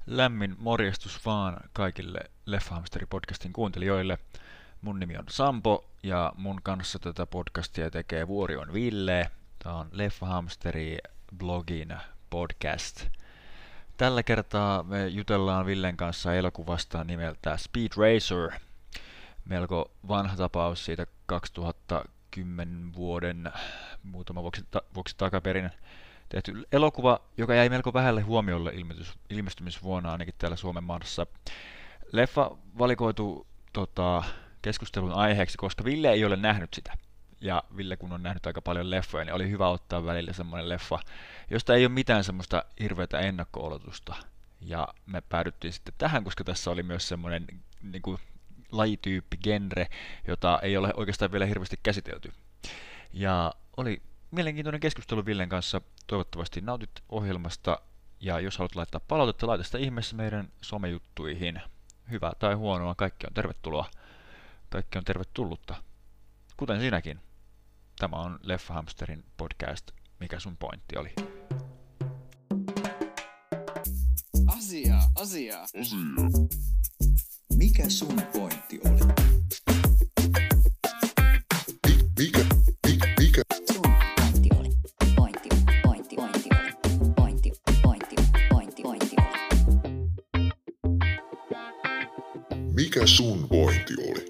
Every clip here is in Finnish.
Lämmin morjestus vaan kaikille Leffahamsteri-podcastin kuuntelijoille. Mun nimi on Sampo ja mun kanssa tätä podcastia tekee Vuorion Ville. Tää on Leffahamsteri-blogin podcast. Tällä kertaa me jutellaan Villen kanssa elokuvasta nimeltä Speed Racer. Melko vanha tapaus siitä 2010 vuoden muutama vuosi takaperin tehty elokuva, joka jäi melko vähälle huomiolle ilmestymisvuonna ainakin täällä Suomen maassa. Leffa valikoitu keskustelun aiheeksi, koska Ville ei ole nähnyt sitä. Ja Ville kun on nähnyt aika paljon leffoja, niin oli hyvä ottaa välillä semmoinen leffa, josta ei ole mitään semmoista hirveätä ennakko-oletusta. Ja me päädyttiin sitten tähän, koska tässä oli myös semmoinen niin kuin lajityyppi, genre, jota ei ole oikeastaan vielä hirveästi käsitelty. Ja oli mielenkiintoinen keskustelu Villen kanssa. Toivottavasti nautit ohjelmasta. Ja jos haluat laittaa palautetta, laita sitä ihmeessä meidän somejuttuihin. Hyvää tai huonoa, kaikki on tervetuloa. Kaikki on tervetullutta. Kuten sinäkin. Tämä on Leffahamsterin podcast. Mikä sun pointti oli? Asia. Mikä sun pointti oli? Mikä? Sun pointti oli. Pointti oli. Mikä sun pointti oli?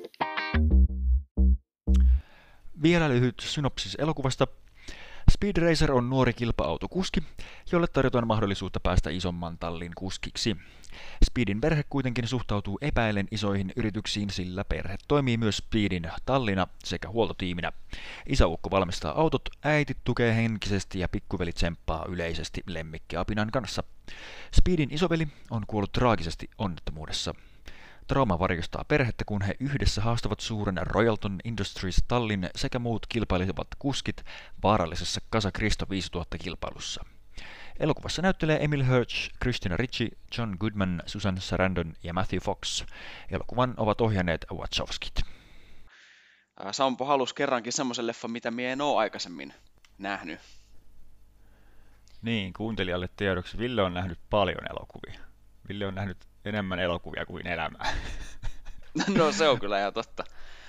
Vielä lyhyt synopsis elokuvasta. Speed Racer on nuori kilpa-autokuski, jolle tarjotaan mahdollisuutta päästä isomman tallin kuskiksi. Speedin perhe kuitenkin suhtautuu epäillen isoihin yrityksiin, sillä perhe toimii myös Speedin tallina sekä huoltotiiminä. Isäukko valmistaa autot, äiti tukee henkisesti ja pikkuveli tsemppaa yleisesti lemmikkiapinan kanssa. Speedin isoveli on kuollut traagisesti onnettomuudessa. Trauma varjostaa perhettä, kun he yhdessä haastavat suuren Royalton Industries-tallin sekä muut kilpailivat kuskit vaarallisessa Casa Cristo 5000-kilpailussa. Elokuvassa näyttelee Emil Hirsch, Christina Ricci, John Goodman, Susan Sarandon ja Matthew Fox. Elokuvan ovat ohjanneet Wachowskit. Sampo halusi kerrankin semmoisen leffan, mitä minä en ole aikaisemmin nähnyt. Niin, kuuntelijalle tiedoksi, Ville on nähnyt paljon elokuvia. Ville on nähnyt enemmän elokuvia kuin elämää. No se on kyllä ihan totta.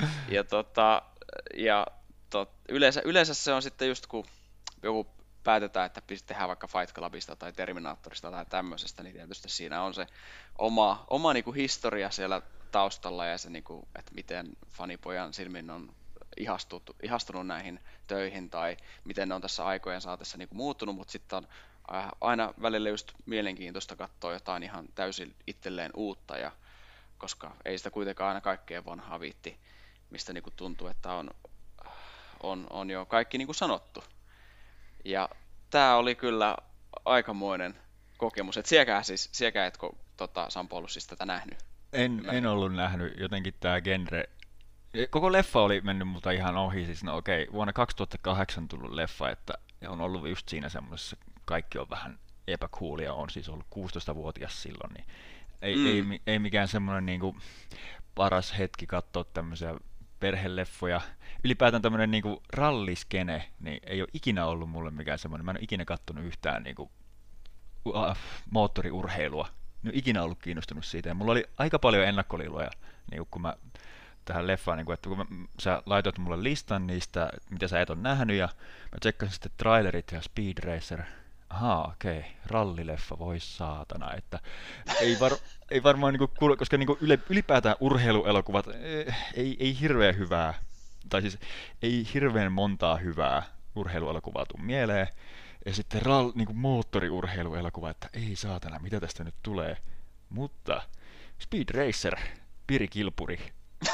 Yleensä se on sitten just kun joku päätetään, että tehdään vaikka Fight Clubista tai Terminaattorista tai tämmöisestä, niin tietysti siinä on se oma niinku historia siellä taustalla ja se, niinku, että miten fanipojan silmin on ihastunut näihin töihin tai miten ne on tässä aikojen saatessa niinku muuttunut, mutta sitten on aina välillä just mielenkiintoista katsoa jotain ihan täysin itselleen uutta, koska ei sitä kuitenkaan aina kaikkea vanhaa viitti, mistä niinku tuntuu, että on jo kaikki niinku sanottu. Ja tää oli kyllä aikamoinen kokemus, että sielläkään etkö Sampo ollut siis tätä nähnyt? En ollut nähnyt, jotenkin tää genre. Koko leffa oli mennyt multa ihan ohi, siis no okei, vuonna 2008 tullut leffa, että on ollut just siinä semmoisessa, kaikki on vähän epäcoolia, on siis ollut 16-vuotias silloin, niin ei mikään semmoinen niinku paras hetki katsoa tämmöisiä perheleffoja. Ylipäätään tämmöinen niinku ralliskene, niin ei ole ikinä ollut mulle mikään semmoinen, mä en ole ikinä kattonut yhtään niinku moottoriurheilua. En ole ikinä ollut kiinnostunut siitä, ja mulla oli aika paljon ennakkoliiloja, niin kun mä tähän leffaan, niin että kun sä laitoit mulle listan niistä, mitä sä et ole nähnyt, ja mä tsekkasin sitten trailerit ja Speed Racer. Ahaa, okei, rallileffa, voi saatana, että ei varmaan niinku kuule, koska niinku ylipäätään urheiluelokuvat ei hirveän hyvää, tai siis ei hirveän montaa hyvää urheiluelokuvaa tuu mieleen, ja sitten niinku moottoriurheiluelokuva, että ei saatana, mitä tästä nyt tulee, mutta Speed Racer, Piri Kilpuri,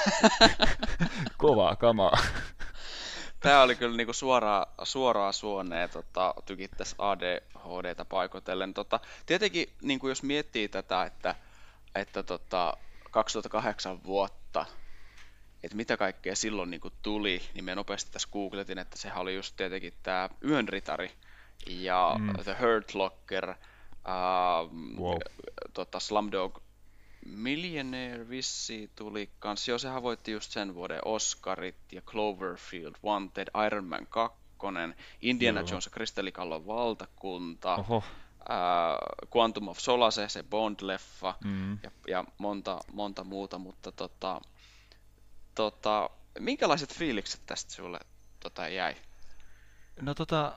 kovaa kamaa. Tää oli kyllä niinku suoraan suoneen tykittäisi ADHDtä paikotellen. Tietenkin niinku jos miettii tätä, että 2008 vuotta, että mitä kaikkea silloin niinku tuli, niin me nopeasti tässä googletin, että sehän oli just tietenkin tää Yönritari ja The Hurt Locker, Wow. Slumdog Millionaire vissi tuli kans. Joo, sehän voitti just sen vuoden Oscarit ja Cloverfield, Wanted, Iron Man 2, Indiana Joo. Jones ja Kristallikallon valtakunta, Oho. Quantum of Solace, se Bond-leffa Mm. ja monta muuta, mutta tota, minkälaiset fiilikset tästä sulle jäi? No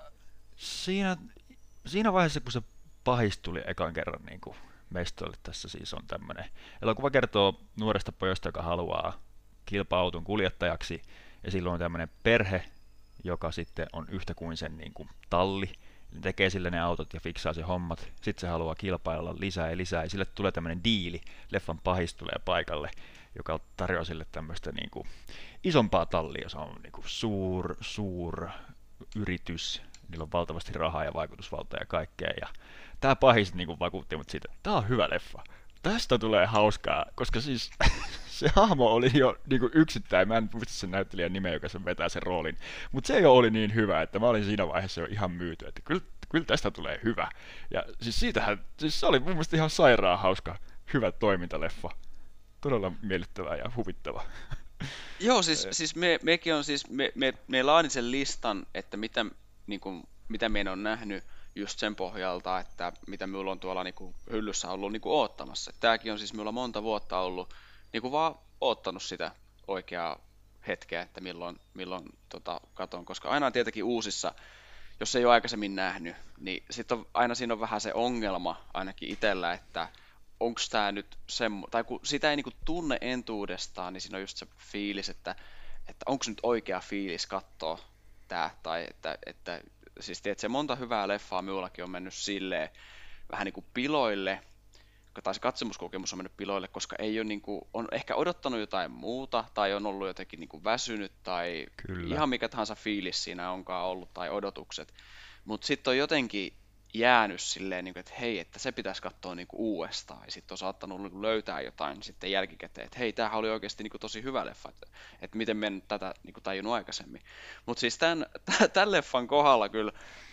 siinä, siinä vaiheessa, kun se pahis tuli ekan kerran niin kuin mestoille, tässä siis on tämmöinen. Elokuva kertoo nuoresta pojasta, joka haluaa kilpa-auton kuljettajaksi, ja silloin on tämmöinen perhe, joka sitten on yhtä kuin sen niin kuin talli, ne tekee sille ne autot ja fiksaa se hommat, sitten se haluaa kilpailla lisää ja lisää, ja sille tulee tämmöinen diili, leffan pahis tulee paikalle, joka tarjoaa sille tämmöistä niin kuin isompaa tallia, jossa on niin kuin suur yritys, niillä on valtavasti rahaa ja vaikutusvaltaa ja kaikkea, ja tää pahis niin kuin vakuutti mut siitä, että tää on hyvä leffa, tästä tulee hauskaa, koska siis se hahmo oli jo niin kuin yksittäin, mä en muista sen näyttelijän nimeä, joka sen vetää sen roolin, mutta se jo oli niin hyvä, että mä olin siinä vaiheessa jo ihan myyty, että kyllä tästä tulee hyvä. Ja siis siis se oli mun mielestä ihan sairaan hauska, hyvä toimintaleffa. Todella miellyttävää ja huvittava. Joo, siis mekin on siis, me laadin sen listan, että mitä meidän on nähnyt just sen pohjalta, että mitä minulla on tuolla niinku hyllyssä ollut niinku oottamassa. Tämäkin on siis minulla monta vuotta ollut niinku vaan oottanut sitä oikeaa hetkeä, että milloin katon, koska aina on tietenkin uusissa, jos ei ole aikaisemmin nähnyt, niin sitten aina siinä on vähän se ongelma ainakin itsellä, että onko tämä nyt tai kun sitä ei niinku tunne entuudestaan, niin siinä on just se fiilis, että onko nyt oikea fiilis katsoa tämä, tai että siis tiedät, se monta hyvää leffaa minullakin on mennyt silleen vähän niin kuin piloille, tai se katsomuskokemus on mennyt piloille, koska ei ole niinku, on ehkä odottanut jotain muuta, tai on ollut jotenkin niinku väsynyt, tai Kyllä. ihan mikä tahansa fiilis siinä onkaan ollut, tai odotukset. Mutta sitten on jotenkin jäänyt silleen, niinku, että hei, että se pitäisi katsoa niinku uudestaan, ja sitten on saattanut niinku löytää jotain sitten jälkikäteen, että hei, tämähän oli oikeasti niinku tosi hyvä leffa, että miten me en nyt tätä niinku tajunnut aikaisemmin. Mutta siis tämän leffan kohdalla kyllä,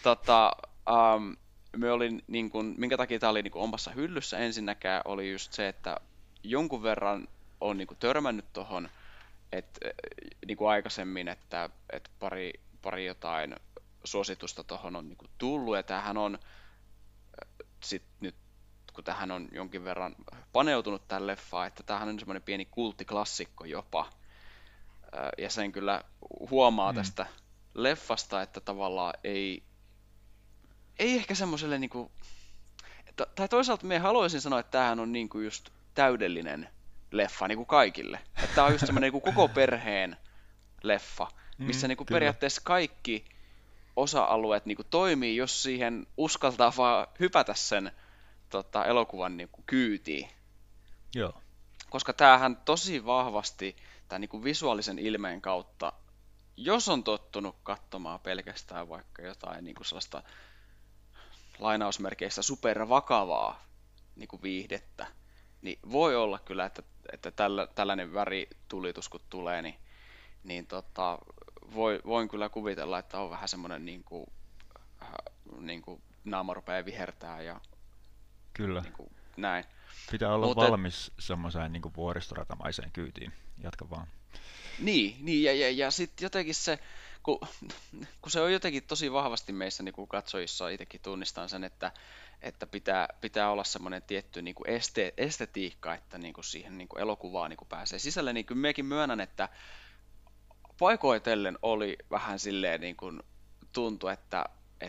me olin, niin kuin, minkä takia tämä oli niin kuin omassa hyllyssä ensinnäkään, oli just se, että jonkun verran on niin kuin törmännyt tuohon niin kuin aikaisemmin, että pari jotain suositusta tuohon on niin kuin tullut, ja tämähän on sit nyt, kun tähän on jonkin verran paneutunut tämän leffaan, että tämähän on semmoinen pieni kulttiklassikko jopa, ja sen kyllä huomaa tästä leffasta, että tavallaan ei ehkä semmoiselle niinku, tai toisaalta me haluaisin sanoa, että tämähän on niinku just täydellinen leffa niinku kaikille. Että tää on just semmoinen niinku koko perheen leffa, missä niinku periaatteessa kaikki osa-alueet niinku toimii, jos siihen uskaltaa vaan hypätä sen elokuvan niinku kyytiin. Joo. Koska tämähän tosi vahvasti tämän niinku visuaalisen ilmeen kautta, jos on tottunut katsomaan pelkästään vaikka jotain niinku sellaista lainausmerkeissä supervakavaa niin kuin viihdettä, niin voi olla kyllä, että tällainen väritulitus kun tulee, niin voin kyllä kuvitella, että on vähän semmoinen niin kuin naama rupeaa vihertää ja Kyllä. niin kuin näin. Pitää olla valmis semmoiseen niin kuin vuoristoratamaiseen kyytiin. Jatka vaan. Niin ja sitten jotenkin se, kun se on jotenkin tosi vahvasti meissä niin kuin katsojissa, itsekin tunnistan sen, että pitää olla semmoinen tietty niin kuin estetiikka, että niin kuin siihen niin kuin elokuvaan niin kuin pääsee sisälle, niin kyllä minäkin myönnän, että paikoitellen oli vähän silleen niin kuin tuntui, että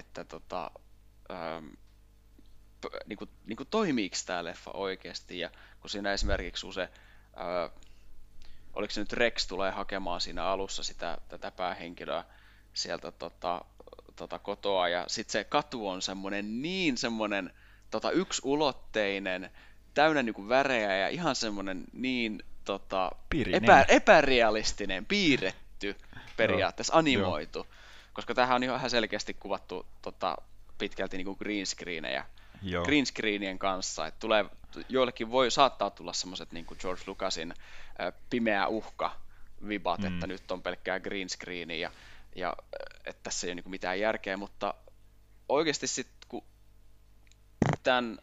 niin kuin toimiiko tämä leffa oikeasti, ja kun siinä esimerkiksi se oliko se nyt Rex tulee hakemaan siinä alussa tätä päähenkilöä sieltä kotoa, ja sitten se katu on semmoinen yksulotteinen, täynnä niinku värejä ja ihan semmoinen niin epärealistinen, piirretty periaatteessa, animoitu, koska tämähän on ihan selkeästi kuvattu pitkälti niinku green screenien kanssa, että joillekin saattaa tulla semmoiset niin kuin George Lucasin pimeä uhka vibat, että nyt on pelkkää green screeni ja että tässä ei ole niin kuin mitään järkeä, mutta oikeasti sitten kun tämän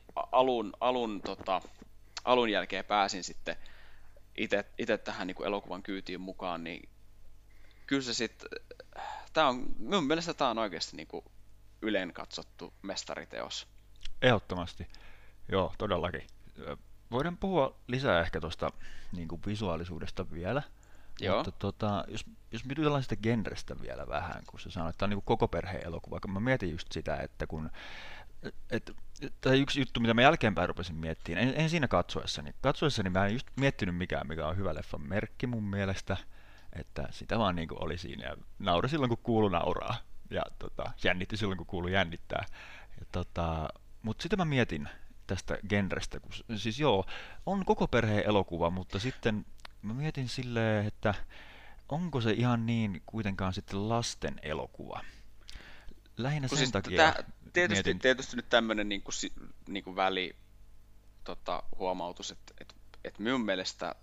alun jälkeen pääsin sitten itse tähän niin kuin elokuvan kyytiin mukaan, niin kyllä se sitten, minun mielestä tämä on oikeasti niin kuin ylen katsottu mestariteos. ehdottomasti. Joo, todellakin. Voidaan puhua lisää ehkä tuosta niin kuin visuaalisuudesta vielä, Joo. mutta jos me jutellaan sitä genrestä vielä vähän, kun sä sanoit, että tämä on niin kuin koko perheen elokuva, kun mä mietin just sitä, että et, tai yksi juttu, mitä mä jälkeenpäin rupesin miettimään, en siinä katsoessani mä en just miettinyt mikä on hyvä leffan merkki mun mielestä, että sitä vaan niin kuin oli siinä ja nauri silloin kun kuulu nauraa ja jännitti silloin kun kuulu jännittää. Mutta sitä mä mietin tästä genrestä, kun siis joo, on koko perheen elokuva, mutta sitten mä mietin silleen, että onko se ihan niin kuitenkaan sitten lasten elokuva. Lähinnä Kun sen siis takia tietysti, mietin, tietysti nyt tämmöinen niinku väli huomautus, että minun mielestä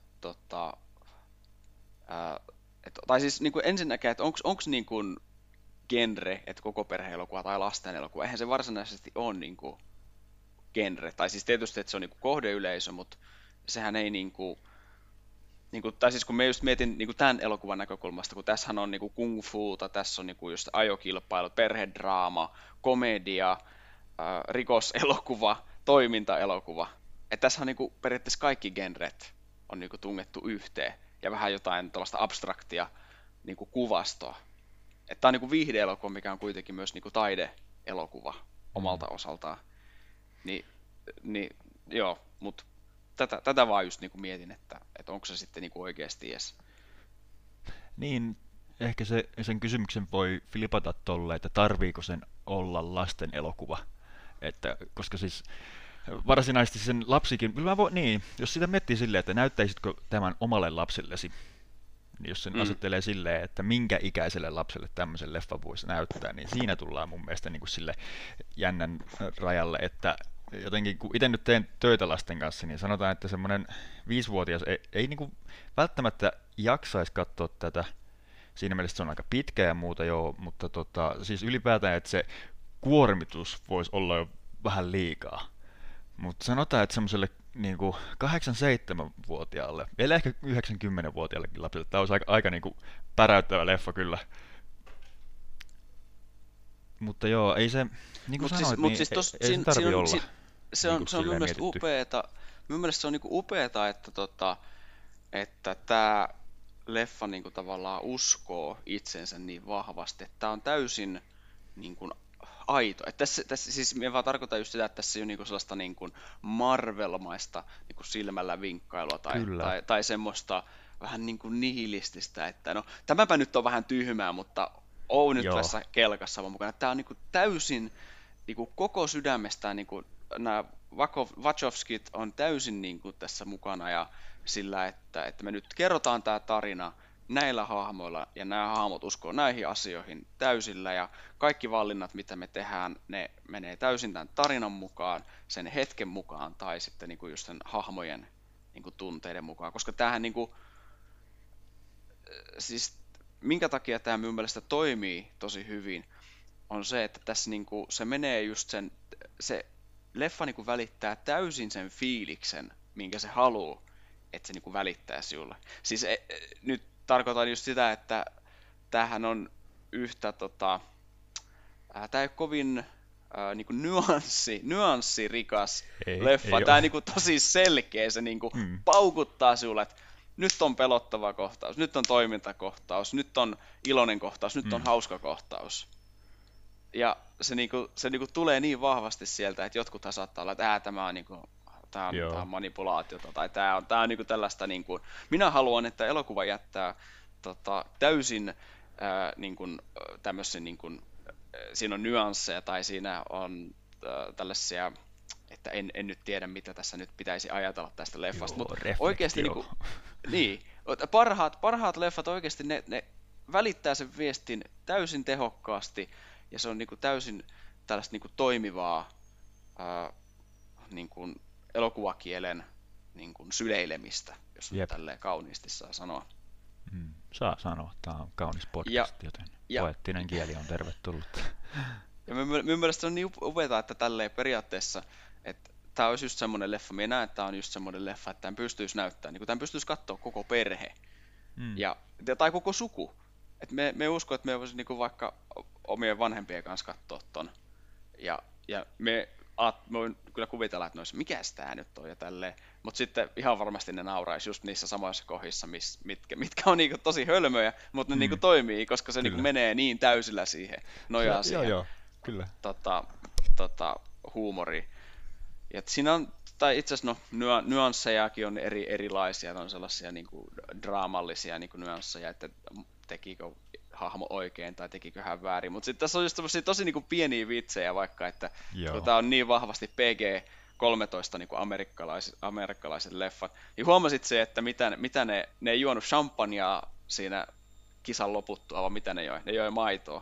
tai siis niinku ensinnäkään, että onko niinku genre, että koko perheen elokuva tai lasten elokuva, eihän se varsinaisesti ole niinku genre, tai siis tietysti, että se on niinku kohdeyleisö, mutta sehän ei tai siis kun me just mietin niinku tämän elokuvan näkökulmasta, kun tässähän on niinku kung fuuta, tässä on niinku just ajokilpailu, perhedraama, komedia, rikoselokuva, toimintaelokuva. Että tässä on niinku periaatteessa kaikki genret on niinku tungettu yhteen ja vähän jotain tällaista abstraktia niinku kuvastoa. Että tämä on niinku viihde-elokuva, mikä on kuitenkin myös niinku taide-elokuva omalta osaltaan. Niin joo, mutta tätä vaan just niinku mietin, että onko se sitten niinku oikeasti edes. niin ehkä sen kysymyksen voi flipata tolle, että tarviiko sen olla lasten elokuva. Että, koska siis varsinaisesti sen lapsikin, kyllä niin, jos sitä miettii silleen, että näyttäisitkö tämän omalle lapsellesi, niin jos sen asettelee silleen, että minkä ikäiselle lapselle tämmöisen leffan voisi näyttää, niin siinä tullaan mun mielestä niin kuin sille jännän rajalle, että jotenkin kun itse nyt teen töitä lasten kanssa, niin sanotaan, että semmoinen 5-vuotias ei niin kuin välttämättä jaksaisi katsoa tätä. Siinä mielessä se on aika pitkä ja muuta joo, mutta siis ylipäätään, että se kuormitus voisi olla jo vähän liikaa. Mutta sanotaan, että semmoiselle niin 8-7-vuotiaalle, vielä ehkä 90-vuotiaallekin lapselle, tämä olisi aika niin kuin päräyttävä leffa kyllä. Mutta joo, ei se, niin kuin sanoit, niin ei sen tarvi olla se niin on kuin minun silleen mielestä mietitty. upeeta. Minun mielestä se on niinku upeeta, että tämä leffa niinku tavallaan uskoo itsensä niin vahvasti, että tämä on täysin niinku aito. Että tässä siis minä vaan tarkoitan just sitä, että tässä ei ole niinku sellaista niinku Marvel-maista niinku silmällä vinkkailua Kyllä, tai semmoista vähän niinku nihilististä, että no tämäpä nyt on vähän tyhmää, mutta oon nyt joo, tässä kelkassa vaan mukana. Tämä on niinku täysin niinku koko sydämestään niinku nämä Wachowskit on täysin niinku tässä mukana ja sillä, että me nyt kerrotaan tämä tarina näillä hahmoilla ja nämä hahmot uskoo näihin asioihin täysillä ja kaikki valinnat, mitä me tehdään, ne menee täysin tämän tarinan mukaan, sen hetken mukaan tai sitten niinku just sen hahmojen niinku tunteiden mukaan, koska tämähän niinku, siis minkä takia tämä minun mielestä toimii tosi hyvin, on se, että tässä niinku, se menee just se leffa niinku välittää täysin sen fiiliksen, minkä se haluaa, että se niinku välittää sinulle. Siis nyt tarkoitan just sitä, että tämähän on yhtä tämä ei ole kovin niinku nyanssirikas leffa. ei Tämä ole. on niinku tosi selkeä, se niinku Mm, paukuttaa sinulle, että nyt on pelottava kohtaus, nyt on toimintakohtaus, nyt on iloinen kohtaus, nyt on mm, hauska kohtaus. Ja se niinku tulee niin vahvasti sieltä, että jotkuthan saattaa olla, että tämä on tää joo, on manipulaatiota tai tää on niinku tällaista niinku, minä haluan, että elokuva jättää täysin tämmöisen siinä on nyansseja tai siinä on tällaisia, että en nyt tiedä mitä tässä nyt pitäisi ajatella tästä leffasta, joo, mutta oikeasti reflektio. niin, parhaat leffat oikeasti ne välittää sen viestin täysin tehokkaasti ja se on niinku täysin tällaista niinku toimivaa niinku elokuvakielen niinku syleilemistä, jos nyt Jep, tälleen kauniisti saa sanoa. saa sanoa, tämä on kaunis Ja, podcast, joten ja, poeettinen kieli on tervetullut. ja minun mielestä se on niin upeaa, että tälleen periaatteessa, että tämä olisi just semmoinen leffa, minä näen, että tämä on just semmoinen leffa, että tämän pystyisi näyttämään, niin tämän pystyisi katsoa koko perhe Mm, tai koko suku. Et me usko, että me voisi niinku vaikka omien vanhempien kanssa katsoa ton. Ja me mä voin kyllä kuvitella, että mikäs tää nyt on ja tälleen. Mutta sitten ihan varmasti ne nauraisi just niissä samoissa kohdissa, mitkä on niinku tosi hölmöjä, mutta ne niinku toimii, koska se niinku menee niin täysillä siihen, nojaa siihen Joo, kyllä. Huumoriin. Ja siinä on, tai itse asiassa nyanssejakin on erilaisia, on sellaisia niinku draamallisia niinku nyansseja, että tekikö hahmo oikein tai tekikö hän väärin. Mutta sitten tässä on just tosi niinku pieniä vitsejä vaikka, että kun tämä on niin vahvasti PG-13 niinku amerikkalaiset leffat, niin huomasit se, että mitä ne ei juonut champagnea siinä kisan loputtua, vaan mitä ne joi? Ne joi maitoa.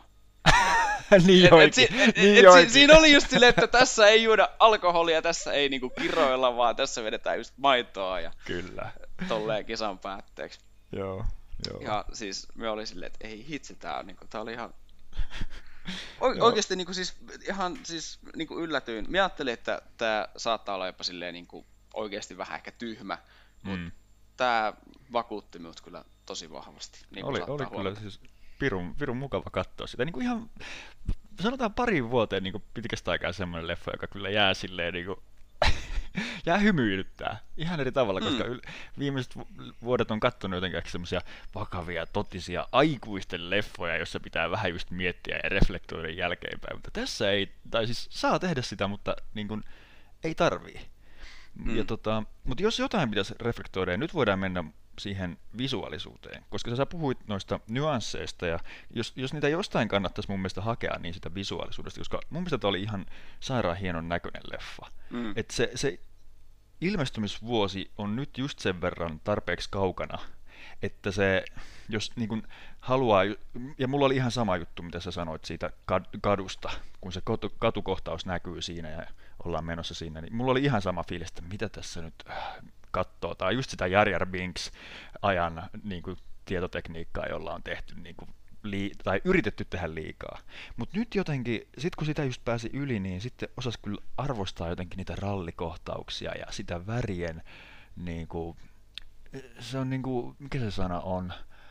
Siinä oli just silleen, että tässä ei juoda alkoholia, tässä ei niinku kiroilla, vaan tässä vedetään just maitoa ja kyllä. Tolleen kisan päätteeksi. Joo. Ja siis me oli silleen, että ei hitsi, tää oli ihan oikeesti niinku siis ihan siis niinku yllätyin. Mä ajattelin, että tää saattaa olla jopa silleen niinku oikeesti vähän ehkä tyhmä, mutta tää vakuutti minut kyllä tosi vahvasti. Niin oli kyllä siis pirun mukava katsoa sitä. Niinku ihan sanotaan pariin vuoteen niinku pitkästä aikaa semmoinen leffa, joka kyllä jää silleen niinku jää hymyilyttää ihan eri tavalla, koska viimeiset vuodet on katsonut jotenkin semmoisia vakavia, totisia aikuisten leffoja, jossa pitää vähän just miettiä ja reflektoida jälkeenpäin, mutta tässä ei, tai siis saa tehdä sitä, mutta niin kuin, ei tarvii. Mutta jos jotain pitäisi reflektoida, ja nyt voidaan mennä siihen visuaalisuuteen, koska sä puhuit noista nyansseista, ja jos niitä jostain kannattaisi mun mielestä hakea, niin sitä visuaalisuudesta, koska mun mielestä tämä oli ihan sairaan hienon näköinen leffa. Että se ilmestymisvuosi on nyt just sen verran tarpeeksi kaukana, että se, jos niin kun haluaa, ja mulla oli ihan sama juttu, mitä sä sanoit siitä kadusta, kun se katukohtaus näkyy siinä ja ollaan menossa siinä, niin mulla oli ihan sama fiilis, että mitä tässä nyt katsoo, tai just sitä Jar Jar Binks ajan niin kuin tietotekniikkaa, jolla on tehty niin kuin tai yritetty tehdä liikaa. Mutta nyt jotenkin, sit kun sitä just pääsi yli, niin sitten osasi kyllä arvostaa jotenkin niitä rallikohtauksia ja sitä värien, niinku, se on niinku, mikä se sana on?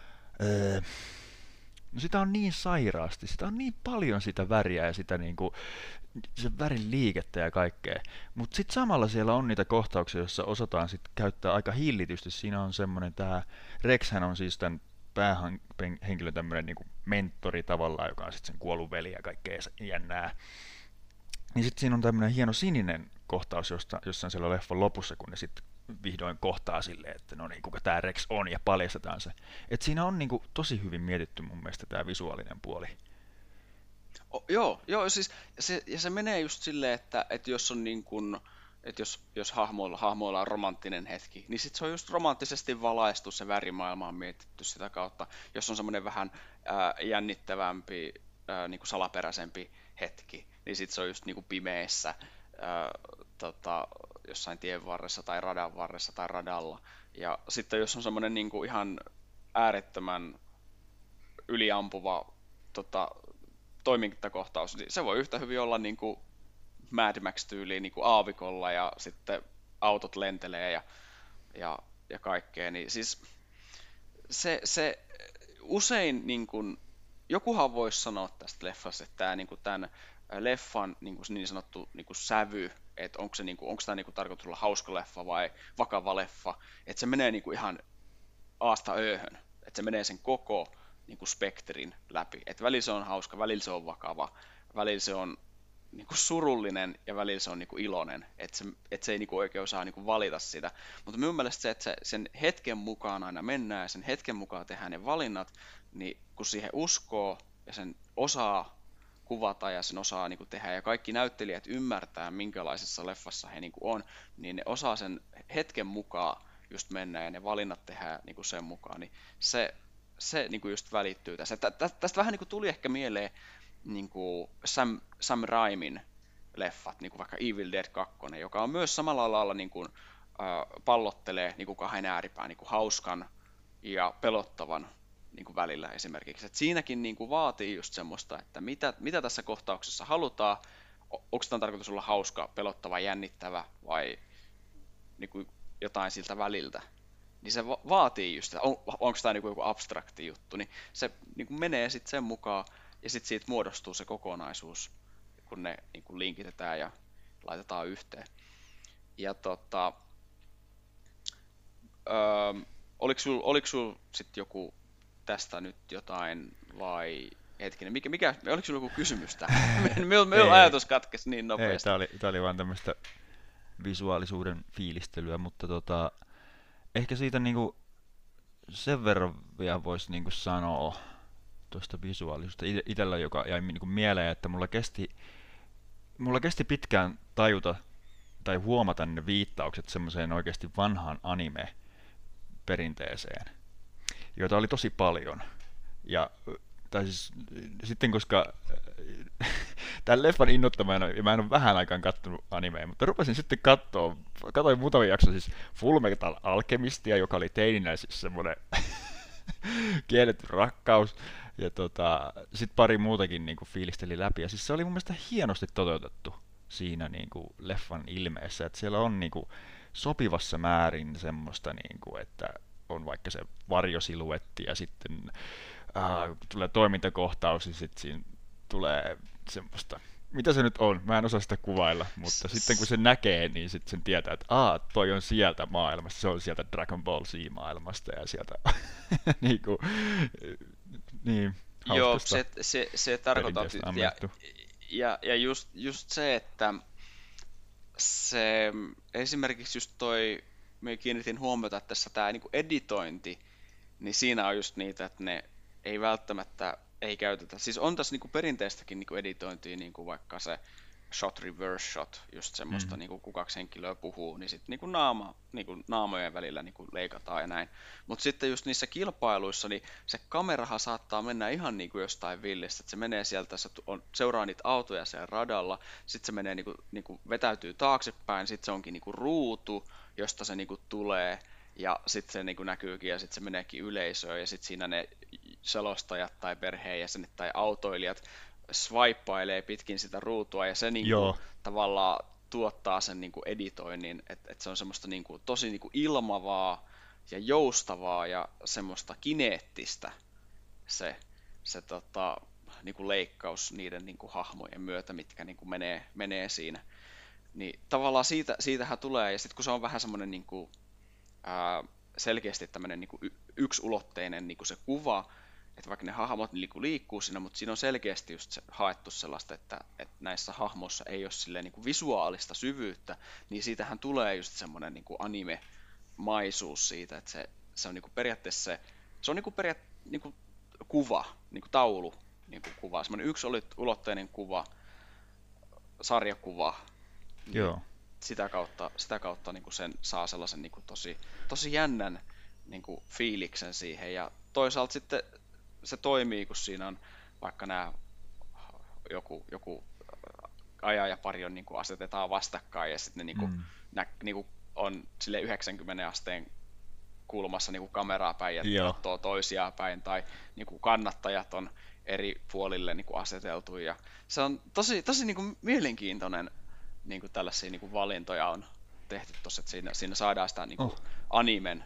No sitä on niin sairaasti, sitä on niin paljon sitä väriä ja sitä niinku, sen värin liikettä ja kaikkea. Mutta sitten samalla siellä on niitä kohtauksia, joissa osataan sit käyttää aika hillitysti. Siinä on semmoinen, tää Rexhän on siis tämän päähenkilön tämmöinen niinku mentori tavallaan, joka on sitten sen kuollut veli ja kaikkea jännää. Niin sitten siinä on tämmöinen hieno sininen kohtaus jossain siellä leffan lopussa, kun ne sitten vihdoin kohtaa silleen, että no niin, kuka tämä Rex on, ja paljastetaan se. Et siinä on niinku tosi hyvin mietitty mun mielestä tämä visuaalinen puoli. Joo, siis se menee just silleen, että jos on niin kuin, että jos hahmoilla on romanttinen hetki, niin sit se on just romanttisesti valaistu, se värimaailma on mietitty sitä kautta. Jos on semmoinen vähän jännittävämpi, niin kuin salaperäisempi hetki, niin sit se on just niin kuin pimeässä, jossain tien varressa tai radan varressa tai radalla. Ja sitten jos on semmoinen niin kuin ihan äärettömän yliampuva toimintakohtaus, niin se voi yhtä hyvin olla niin kuin Mad Max-tyyliin niin kuin aavikolla ja sitten autot lentelee ja kaikkea. Niin siis se usein, niin kuin, jokuhan voisi sanoa tästä leffasta, että tämä, niin kuin, tämän leffan niin sanottu niin kuin sävy, että onko tämä niin kuin tarkoitus olla hauska leffa vai vakava leffa, että se menee niin kuin ihan aasta ööhön, että se menee sen koko niin kuin spektrin läpi, että välillä se on hauska, välillä se on vakava, välillä se on niin kuin surullinen ja välillä se on niin kuin iloinen, että se ei niin kuin oikein osaa niin kuin valita sitä, mutta minun mielestä se, että sen hetken mukaan aina mennään ja sen hetken mukaan tehdään ne valinnat, niin kun siihen uskoo ja sen osaa kuvata ja sen osaa niin kuin tehdä ja kaikki näyttelijät ymmärtää, minkälaisessa leffassa he niin kuin on, niin ne osaa sen hetken mukaan just mennä ja ne valinnat tehdään niin kuin sen mukaan, niin se niin kuin just välittyy tässä. Tästä vähän niin kuin tuli ehkä mieleen niin kuin Sam Raimin leffat, niin kuin vaikka Evil Dead 2, joka on myös samalla lailla niin kuin, pallottelee niin kuin kahden ääripään, niin kuin hauskan ja pelottavan niin kuin välillä esimerkiksi. Et siinäkin niin kuin vaatii just semmoista, että mitä tässä kohtauksessa halutaan, onko tämä tarkoitus olla hauska, pelottava, jännittävä vai niin kuin jotain siltä väliltä. Niin se vaatii just, onko tämä niin kuin joku abstrakti juttu, niin se niin kuin menee sitten sen mukaan, ja sitten siitä muodostuu se kokonaisuus, kun ne niin kuin linkitetään ja laitetaan yhteen. Ja oliko sul sit joku tästä nyt jotain vai hetkinen, oliko sulla joku kysymys tähän? Meillä ajatus katkesi niin nopeasti. Ei, tää oli vaan tämmöistä visuaalisuuden fiilistelyä, mutta ehkä siitä niinku sen verran vielä voisi niinku sanoa tuosta visuaalisuudesta itsellä, joka jäi niinku mieleen, että mulla kesti pitkään tajuta tai huomata ne viittaukset semmoiseen oikeasti vanhaan anime-perinteeseen, joita oli tosi paljon. Tai siis, sitten koska tämän leffan innoittamana, ja mä en ole vähän aikaan kattonut animea, mutta rupesin sitten katoin muutamia jaksoja siis Full Metal Alchemistia, joka oli teininä siis semmoinen kielletty rakkaus, ja sitten pari muutakin niinku fiilisteli läpi, ja siis se oli mun mielestä hienosti toteutettu siinä niinku leffan ilmeessä, että siellä on niinku sopivassa määrin semmoista, niinku, että on vaikka se varjosiluetti ja sitten tulee toimintakohtaus ja sitten siinä tulee semmoista, mitä se nyt on, mä en osaa sitä kuvailla, mutta sitten kun se näkee, niin sitten sen tietää, että toi on sieltä maailmasta, se on sieltä Dragon Ball Z-maailmasta ja sieltä niinku, niin, joo, se tarkoittaa, ja just se, että se esimerkiksi just me kiinnitin huomiota, että tässä tämä niinku editointi, niin siinä on just niitä, että ne ei välttämättä ei käytetä. Siis on tässä niinku perinteistäkin niinku editointia, niinku vaikka se shot reverse shot, just semmoista niinku kun kaksi henkilöä puhuu, niin sitten niinku naamojen välillä niinku leikataan ja näin. Mutta sitten just niissä kilpailuissa, niin se kamerahan saattaa mennä ihan niinku jostain villistä, että se menee sieltä, seuraa niitä autoja siellä radalla, sitten se menee niinku vetäytyy taaksepäin, sitten se onkin niinku ruutu, josta se niinku tulee, ja sitten se niinku näkyykin ja sitten se meneekin yleisöön ja sitten siinä ne selostajat tai perheenjäsenet tai autoilijat swipailee pitkin sitä ruutua ja se niinku tavallaan tuottaa sen niinku editoinnin, että se on semmoista niinku tosi niinku ilmavaa ja joustavaa ja semmoista kineettistä se niinku leikkaus niiden niinku hahmojen myötä, mitkä niinku menee siinä. Niin tavallaan siitähän tulee, ja sitten kun se on vähän semmoinen niinku selkeästi tämmöinen niinku yksulotteinen niinku se kuva, että vaikka ne hahmot niinku liikkuu siinä, mutta siinä on selkeästi just haettu sellaista, että näissä hahmoissa ei ole silleen niinku visuaalista syvyyttä, niin siitähän tulee just semmoinen niinku anime-maisuus siitä, että se on niinku periaatteessa se on niinku kuva, niinku taulu, niinku kuva, semmoinen yksulotteinen kuva, sarjakuva. Joo. Sitä kautta niin kuin sen saa sellaisen niin kuin tosi jännän niin kuin fiiliksen siihen, ja toisaalta sitten se toimii, kun siinä on vaikka nämä joku ajajapari on niin kuin asetetaan vastakkain ja sitten ne niin kuin on sille 90 asteen kulmassa niin kuin kameraa päin ja katsoo toisiaan päin, tai niin kuin kannattajat on eri puolille niin kuin aseteltu, ja se on tosi niin kuin mielenkiintoinen niin kuin tällaisia niin kuin valintoja on tehty tuossa, että siinä saadaan sitä niin kuin animen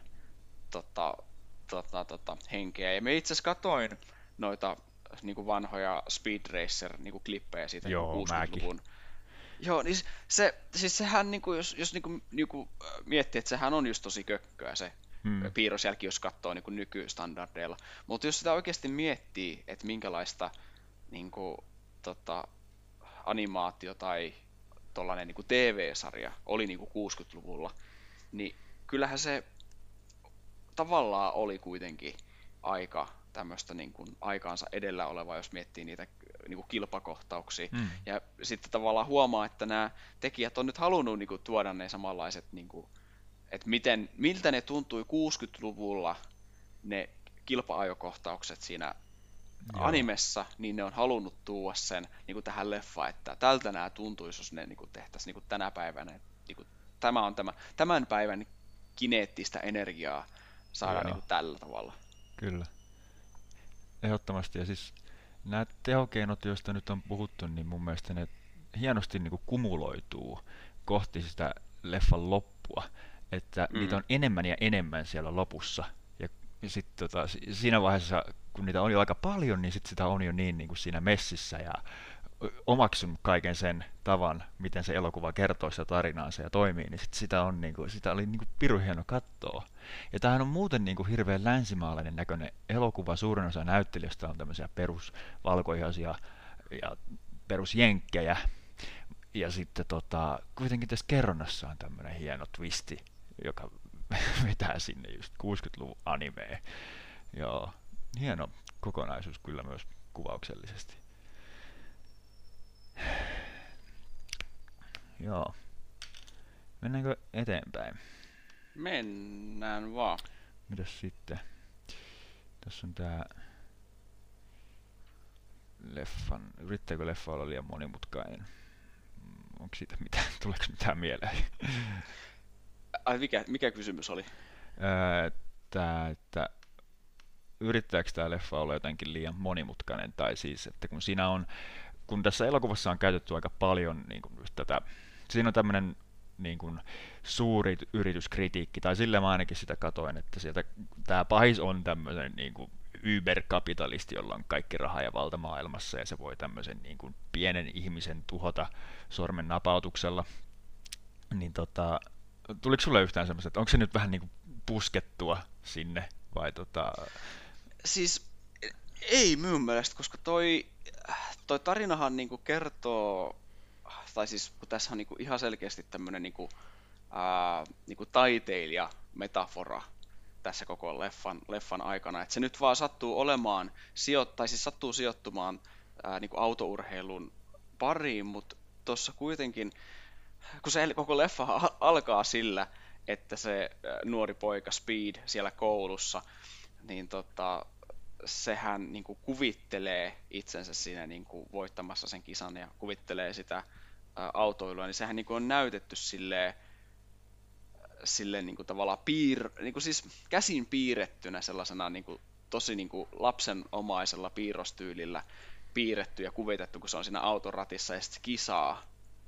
henkeä. Ja me itse asiassa katoin noita niin kuin vanhoja Speed Racer niin kuin klippejä siitä 60-luvun. Joo, niin sehän, niin kuin, jos niin kuin miettii, että sehän on just tosi kökköä se piirrosjälki, jos katsoo niin kuin nykystandardeilla. Mutta jos sitä oikeasti miettii, että minkälaista niin kuin, animaatio tai tollainen niin kuin TV-sarja oli niin kuin 60-luvulla, niin kyllähän se tavallaan oli kuitenkin aika tämmöistä niin kuin aikaansa edellä olevaa, jos miettii niitä niin kuin kilpakohtauksia. Ja sitten tavallaan huomaa, että nämä tekijät on nyt halunnut niin kuin tuoda ne samanlaiset, niin kuin, että miltä ne tuntui 60-luvulla ne kilpa-ajokohtaukset siinä animessa, niin ne on halunnut tuoda sen niin kuin tähän leffaan, että tältä nämä tuntuisi, jos ne niin kuin tehtäisiin niin kuin tänä päivänä. Niin kuin, tämä on tämän päivän kineettistä energiaa saada niin kuin tällä tavalla. Kyllä. Ehdottomasti. Ja siis nämä tehokeinot, joista nyt on puhuttu, niin mun mielestä ne hienosti niin kuin kumuloituu kohti sitä leffan loppua. Että niitä on enemmän ja enemmän siellä lopussa. Ja sitten siinä vaiheessa, kun niitä on jo aika paljon, niin sit sitä on jo niin kuin siinä messissä ja omaksunut kaiken sen tavan, miten se elokuva kertoo sitä tarinaansa ja toimii, niin sitä, on, niin kuin, sitä oli niin kuin pirun hieno katsoa. Ja tämähän on muuten niin kuin hirveän länsimaalainen näköinen elokuva. Suurin osa näyttelijöistä on tämmöisiä perusvalkoihaisia ja perusjenkkejä. Ja sitten kuitenkin tässä kerronnassa on tämmöinen hieno twisti, joka vetää sinne just 60-luvun animeen. Joo, hieno kokonaisuus kyllä myös kuvauksellisesti. Joo. Mennäänkö eteenpäin? Mennään vaan. Mitäs sitten? Tässä on tää yrittääkö leffa olla liian monimutkainen? Onko siitä mitään, tuleeko mitään mieleen? Ai mikä kysymys oli? Että yrittääkö tämä leffa olla jotenkin liian monimutkainen, tai siis, että kun tässä elokuvassa on käytetty aika paljon niin kuin tätä, siinä on tämmöinen niin kuin suuri yrityskritiikki, tai sillä mä ainakin sitä katoin, että sieltä tämä pahis on tämmöinen niin kuin yberkapitalisti, jolla on kaikki raha ja valta maailmassa, ja se voi tämmöisen niin kuin pienen ihmisen tuhota sormen napautuksella. Niin tuliko sulle yhtään semmoista, että onko se nyt vähän niin kuin puskettua sinne, vai Siis ei minun mielestä, koska toi tarinahan niinku kertoo, tai siis kun tässä on niinku ihan selkeästi tämmönen niinku taiteilija-metafora tässä koko leffan aikana, että se nyt vaan sattuu olemaan, siis sattuu sijoittumaan niinku autourheilun pariin, mutta tuossa kuitenkin, kun se koko leffa alkaa sillä, että se nuori poika Speed siellä koulussa, niin sehän niin kuin kuvittelee itsensä siinä niin kuin voittamassa sen kisan ja kuvittelee sitä autoilua, niin sehän niin kuin on näytetty silleen niin kuin tavallaan niin kuin siis käsin piirrettynä sellaisena niin kuin tosi niin kuin lapsenomaisella piirrostyylillä piirretty ja kuvitettu, kun se on siinä auton ratissa ja sitten se kisaa.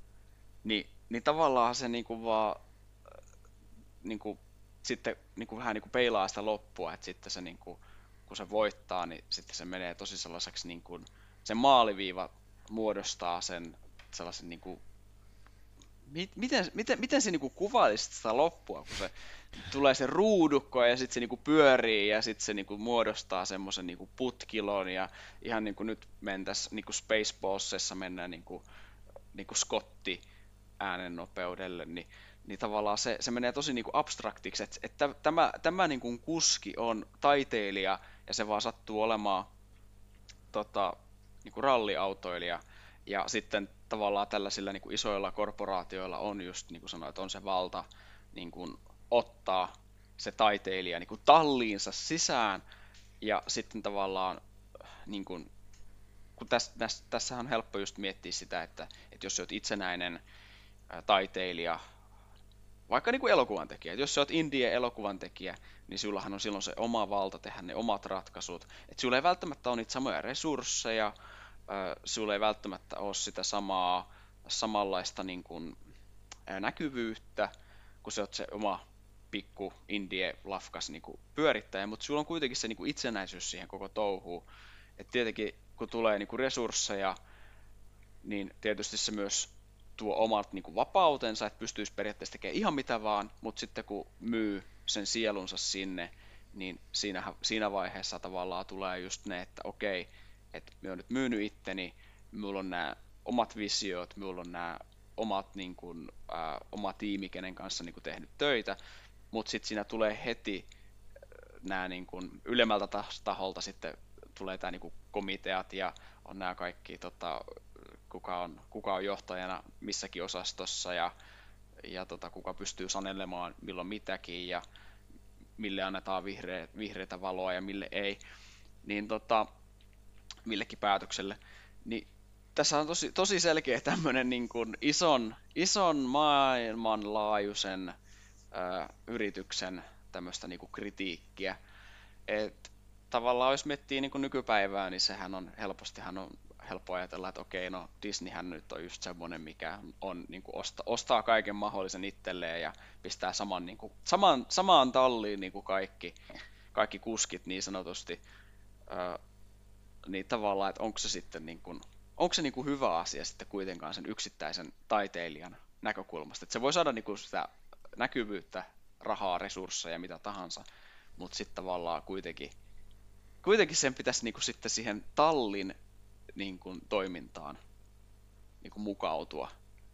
Niin tavallaan se niin kuin vaan niin kuin, sitten niin kuin vähän niin kuin peilaa sitä loppua, että sitten se niin kuin, kun se voittaa, niin sitten se menee tosi sellaiseksi niin kuin, se maaliviiva muodostaa sen sellaisen niin kuin, miten se niin kuin kuvailisi sitä loppua, kun se tulee se ruudukko ja sitten se niin kuin pyörii ja sitten se niin kuin muodostaa semmoisen niin kuin putkilon ja ihan niin kuin nyt mentäisiin niin kuin Spaceballsissa mennään niin kuin Scotti äänennopeudelle, niin tavallaan se menee tosi niin kuin abstraktiksi, että tämä niin kuin kuski on taiteilija ja se vaan sattuu olemaan niin kuin ralliautoilija ja sitten tavallaan tällaisilla niin kuin isoilla korporaatioilla on just niin kuin sanoit, on se valta niin kuin ottaa se taiteilija niin kuin talliinsa sisään ja sitten tavallaan niin kuin, kun tässä on helppo just miettiä sitä, että jos sä oot itsenäinen taiteilija, vaikka niin kuin elokuvan tekijä, jos sä oot indie-elokuvan tekijä, niin sullahan on silloin se oma valta tehdä ne omat ratkaisut. Et sulla ei välttämättä ole niitä samoja resursseja, sulla ei välttämättä ole sitä samanlaista niin kuin, näkyvyyttä, kun sä oot se oma pikku indie-lafkas niin kuin pyörittäjä, mutta sulla on kuitenkin se niin kuin itsenäisyys siihen koko touhuun. Et tietenkin kun tulee niin kuin resursseja, niin tietysti se myös tuo omat niin kuin vapautensa, että pystyisi periaatteessa tekemään ihan mitä vaan, mutta sitten kun myy sen sielunsa sinne, niin siinä vaiheessa tavallaan tulee just ne, että okei, että minä olen nyt myynyt itteni, minulla on nämä omat visiot, minulla on nämä omat, niin kuin, oma tiimi, kenen kanssa niin kuin tehnyt töitä, mutta sitten siinä tulee heti nämä niin kuin, ylemmältä taholta sitten tulee tämä niin kuin komiteat ja on nämä kaikki kuka on johtajana missäkin osastossa ja kuka pystyy sanelemaan milloin mitäkin ja mille annetaan vihreitä valoa ja mille ei, niin millekin päätökselle. Niin tässä on tosi selkeä tämmöinen niin kuin ison maailmanlaajuisen yrityksen tämmöistä niin kuin kritiikkiä. Et tavallaan jos miettii niin kuin nykypäivää, niin sehän on helppo ajatella, että okei, no Disneyhän nyt on just semmoinen, mikä on niin kuin ostaa kaiken mahdollisen itselleen ja pistää samaan talliin niin kuin kaikki kuskit niin sanotusti. Niin tavallaan, että onko se sitten niin kuin onko se niinku hyvä asia sitten kuitenkaan sen yksittäisen taiteilijan näkökulmasta, että se voi saada niinku sitä näkyvyyttä, rahaa, resursseja, mitä tahansa, mutta sitten tavallaan kuitenkin sen pitäisi niinku sitten siihen tallin niinku toimintaan niinku mukautua.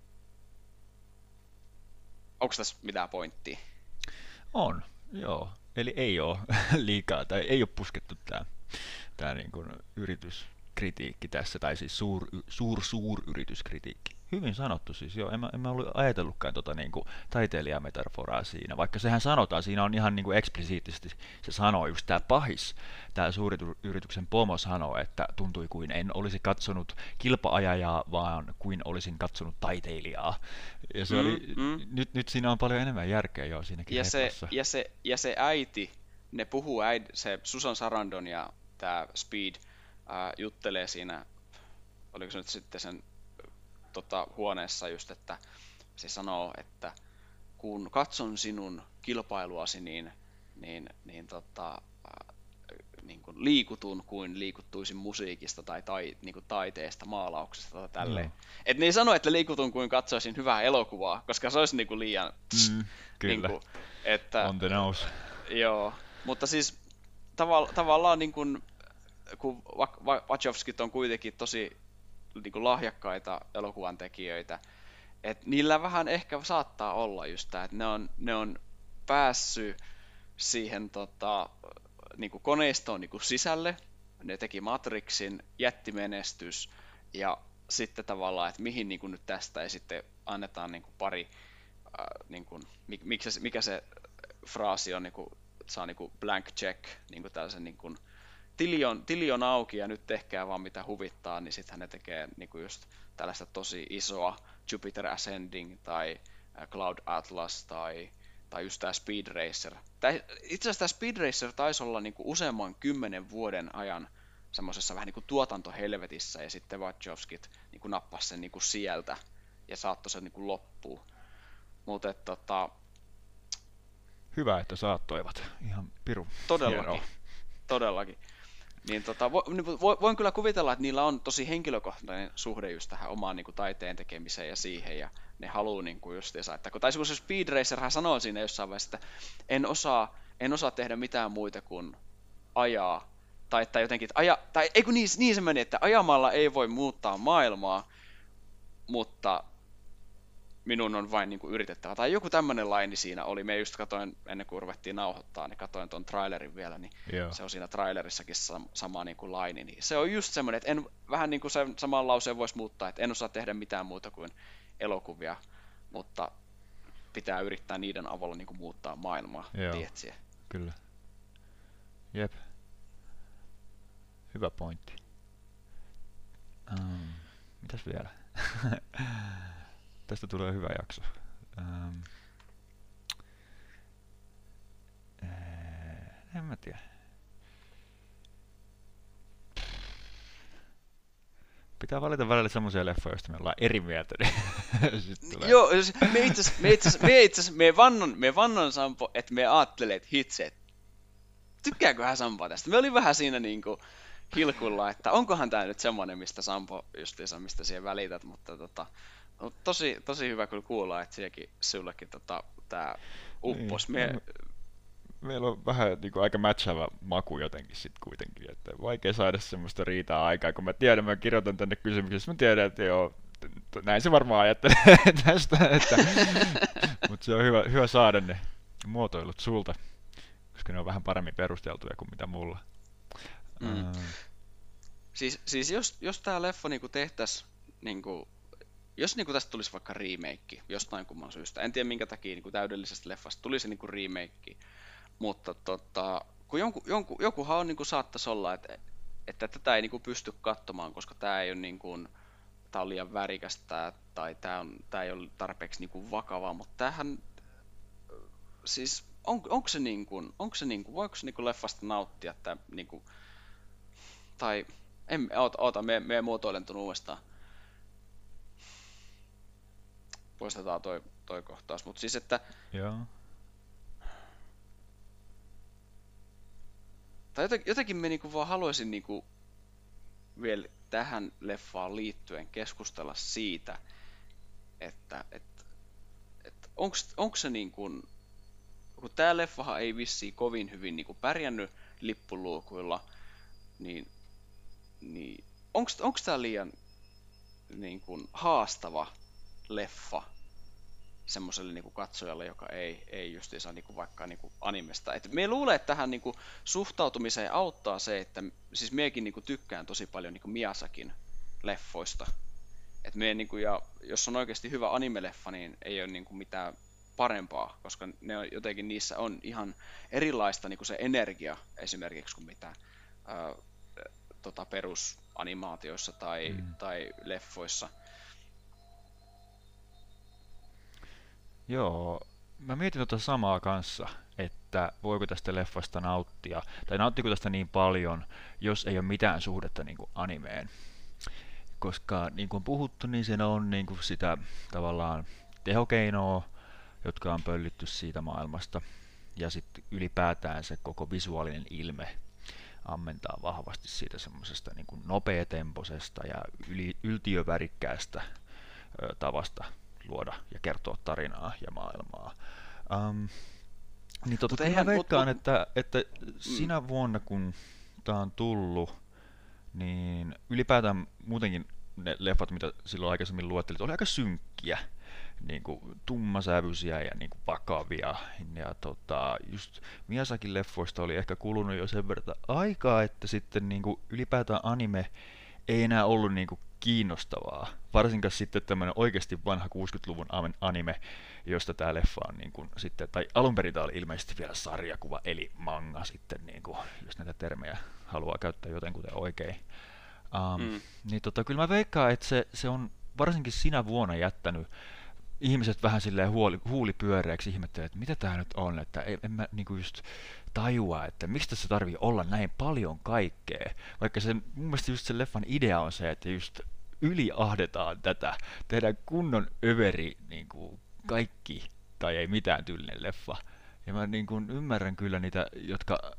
Onko tässä mitään pointtia? On, joo. Eli ei ole liikaa, tai ei ole puskettu tämä niin kuin yrityskritiikki tässä, tai siis suuryrityskritiikki. Hyvin sanottu siis, joo. En mä ollut ajatellutkaan niin kuin taiteilijametaforaa siinä, vaikka sehän sanotaan, siinä on ihan niin kuin eksplisiittisesti, se sanoo just tämä pahis, tämä suuryrityksen pomo sanoo, että tuntui kuin en olisi katsonut kilpaajajaa, vaan kuin olisin katsonut taiteilijaa. Ja se oli, nyt siinä on paljon enemmän järkeä jo siinäkin hetkessä. Ja se äiti, ne puhuu se Susan Sarandon ja tämä Speed juttelee siinä, oliko se nyt sitten sen huoneessa just, että se sanoo, että kun katson sinun kilpailuasi, niin kuin liikutun kuin liikuttuisin musiikista tai niin kuin taiteesta, maalauksesta tai tälleen. Et ne ei sano, että liikutun kuin katsoisin hyvää elokuvaa, koska se olisi niin kuin liian... Kyllä, niin kuin, että, on the nose. Joo, mutta siis tavallaan niin kuin, kun Wachowskit on kuitenkin tosi niin kuin lahjakkaita elokuvan tekijöitä, että niillä vähän ehkä saattaa olla just tämä, että ne on päässyt siihen niin kuin koneistoon niin kuin sisälle, ne teki Matrixin, jättimenestys, ja sitten tavallaan, että mihin niin kuin nyt tästä ei sitten annetaan niin kuin pari, niin kuin, mikä se fraasi on, niin kuin, saa niin kuin blank check, niin kuin tällaisen niin kuin, tili on auki ja nyt tehkää vaan mitä huvittaa, niin sittenhän ne tekee niin kuin just tällaista tosi isoa Jupiter Ascending tai Cloud Atlas tai just tämä Speed Racer. Itse asiassa tämä Speed Racer taisi olla niin kuin useamman 10 vuoden ajan semmoisessa vähän niin kuin tuotantohelvetissä, ja sitten Wachowskit niin kuin nappasi sen niin kuin sieltä ja saattoi sen niin kuin loppuun. Mutta hyvä, että saattoivat. Ihan piru. Todellakin. Niin voin kyllä kuvitella, että niillä on tosi henkilökohtainen suhde just tähän omaan niin kuin taiteen tekemiseen ja siihen, ja ne haluaa niin kuin justiinsa, että kun se Speed Racerhän sanoo siinä jossain vaiheessa, että en osaa tehdä mitään muita kuin ajaa, tai jotenkin, että tai ei kun niin se meni, että ajamalla ei voi muuttaa maailmaa, mutta minun on vain niin kuin yritettävä. Tai joku tämmöinen laini siinä oli. Me just katoin, ennen kuin ruvettiin nauhoittaa, niin katoin tuon trailerin vielä, niin se on siinä trailerissakin sama niin kuin laini. Niin se on just semmoinen, että vähän niin kuin sen saman lauseen voisi muuttaa, että en osaa tehdä mitään muuta kuin elokuvia, mutta pitää yrittää niiden avulla niin kuin muuttaa maailmaa, tiedätkö? Kyllä. Jep. Hyvä pointti. Mitäs vielä? Tästä tulee hyvä jakso. En mä tiedä. Pitää valita välillä semmoisia leffoja, joista me ollaan eri mieltä. Niin joo, me vannon Sampo, että me ajattelee, että hitse, tykkääköhän Sampo tästä? Me oli vähän siinä niinku hilkulla, että onkohan tää nyt semmonen, mistä Sampo justiinsa, mistä siihen välität, mutta tosi hyvä kyllä kuulla, että sullekin tää uppos. Niin, meillä on vähän niin kuin aika matchaava maku jotenkin sitten kuitenkin, että vaikea saada semmoista riitaa aikaa, kun mä tiedän, mä kirjoitan tänne kysymyksiä, mä tiedän, että joo, näin se varmaan ajattelee tästä, mutta se on hyvä saada ne muotoilut sulta, koska ne on vähän paremmin perusteltuja kuin mitä mulla. Siis jos tää leffa niinku tehtäisiin niinku, jos niinku tästä tulisi vaikka remake jostain kumman syystä, en tiedä minkä takia niinku täydellisestä leffasta tulisi niinku remake, mutta kun jokuhan on niinku saattaisi olla, että tätä ei niinku pysty katsomaan, koska tää ei ole niinku, tää on liian värikästä tai tää ei ole tarpeeksi niinku vakavaa, mutta tämähän siis onko se niinku voiko se niinku leffasta nauttia että niinku tai me muotoilen tuon uudestaan. Poistetaan toi kohtaus, mutta siis että joo. Tai jotenkin me niinku vaan haluaisin niinku vielä tähän leffaan liittyen keskustella siitä, että onko se niin kuin, kun tämä leffahan ei vissiin kovin hyvin niin kuin pärjännyt lippuluukuilla, niin onko tämä liian niin kuin haastava leffa semmoiselle niin kuin katsojalle, joka ei justiinsa niin kuin vaikka niin kuin animesta. Et me luulen, että tähän niin kuin suhtautumiseen auttaa se, että siis miekin niin kuin tykkään tosi paljon niin kuin Miyazakin leffoista. Et niin kuin, ja jos on oikeasti hyvä anime-leffa, niin ei ole niin kuin mitään parempaa, koska ne on, jotenkin niissä on ihan erilaista niin kuin se energia esimerkiksi kuin mitä perusanimaatioissa tai leffoissa. Joo, mä mietin tota samaa kanssa, että voiko tästä leffasta nauttia, tai nauttiko tästä niin paljon, jos ei ole mitään suhdetta niin kuin animeen. Koska niin kuin on puhuttu, niin siinä on niin kuin sitä tavallaan tehokeinoa, jotka on pöllitty siitä maailmasta, ja sitten ylipäätään se koko visuaalinen ilme ammentaa vahvasti siitä semmoisesta niin kuin nopeatempoisesta ja yltiövärikkäästä tavasta luoda ja kertoa tarinaa ja maailmaa. Niin mä veikkaan, että sinä vuonna, kun tämä on tullut, niin ylipäätään muutenkin ne leffat, mitä silloin aikaisemmin luettelit, oli aika synkkiä, niin kuin tummasävyisiä ja niin kuin vakavia. Ja just Miyazakin leffoista oli ehkä kulunut jo sen verran aikaa, että sitten niin kuin ylipäätään anime ei enää ollut niin kuin kiinnostavaa. Varsinkaan sitten tämmöinen oikeasti vanha 60-luvun anime, josta tämä leffa on niin kuin sitten, tai alun perin tämä oli ilmeisesti vielä sarjakuva, eli manga sitten, niin kuin, jos näitä termejä haluaa käyttää jotenkuten oikein. Niin kyllä mä veikkaan, että se on varsinkin sinä vuonna jättänyt ihmiset vähän silleen huuli pyöreäksi, ihmettelee, että mitä tää nyt on, että en mä niinku just tajua, että mistä se tarvii olla näin paljon kaikkea. Vaikka mun mielestä just sen leffan idea on se, että just yliahdetaan tätä, tehdään kunnon överi niinku kaikki tai ei mitään tyylinen leffa. Ja mä niinku ymmärrän kyllä niitä, jotka